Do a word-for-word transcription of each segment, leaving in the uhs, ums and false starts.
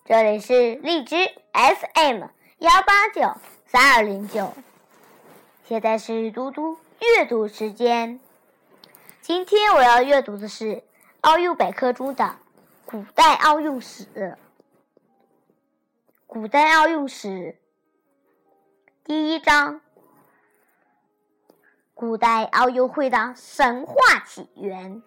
这里是荔枝 F M 幺八九三二零九，现在是嘟嘟阅读时间。今天我要阅读的是奥用百科中的古代奥用史。古代奥用史第一章，古代奥运会的神话起源。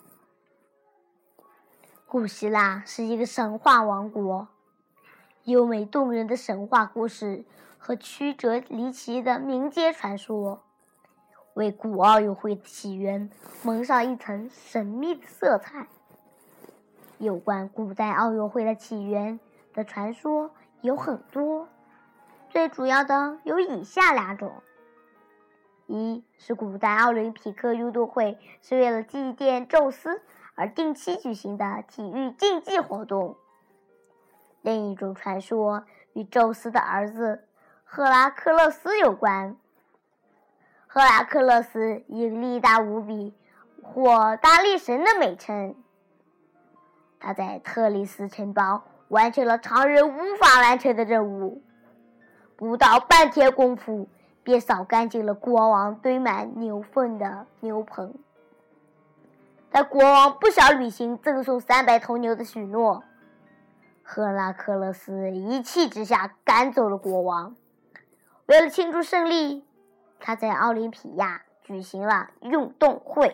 古希腊是一个神话王国，优美动人的神话故事和曲折离奇的民间传说，为古奥运会的起源蒙上一层神秘的色彩。有关古代奥运会的起源的传说有很多，最主要的有以下两种：一是古代奥林匹克运动会是为了祭奠宙斯而定期举行的体育竞技活动；另一种传说与宙斯的儿子赫拉克勒斯有关。赫拉克勒斯因力大无比，或大力神的美称，他在特里斯城堡完成了常人无法完成的任务，不到半天功夫便扫干净了国王堆满牛粪的牛棚。但国王不想履行赠送三百头牛的许诺，赫拉克勒斯一气之下赶走了国王。为了庆祝胜利，他在奥林匹亚举行了运动会。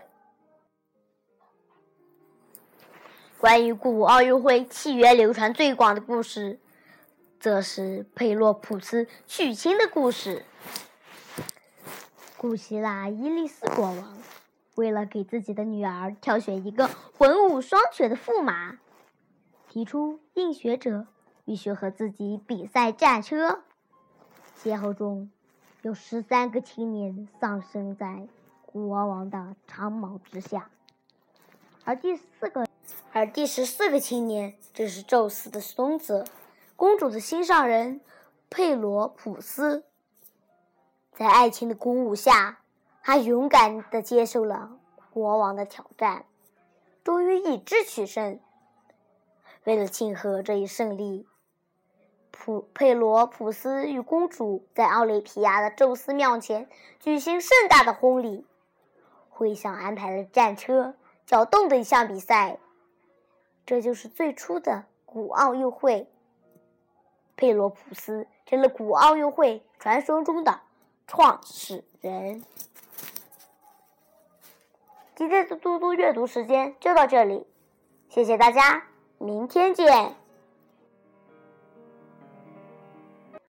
关于古奥运会起源流传最广的故事，则是佩洛普斯娶亲的故事。古希腊伊利斯国王为了给自己的女儿挑选一个文武双全的驸马，提出应选者必须和自己比赛战车。先后中有十三个青年丧生在国王的长矛之下，而第四个而第十四个青年正是宙斯的孙子，公主的心上人佩罗普斯。在爱情的鼓舞下，他勇敢地接受了国王的挑战，终于以智取胜。为了庆贺这一胜利，普佩罗普斯与公主在奥林匹亚的宙斯庙前举行盛大的婚礼，会上安排了战车、搅动的一项比赛。这就是最初的古奥运会。佩罗普斯成了古奥运会传说中的创始人。今天的嘟嘟阅读时间就到这里，谢谢大家，明天见。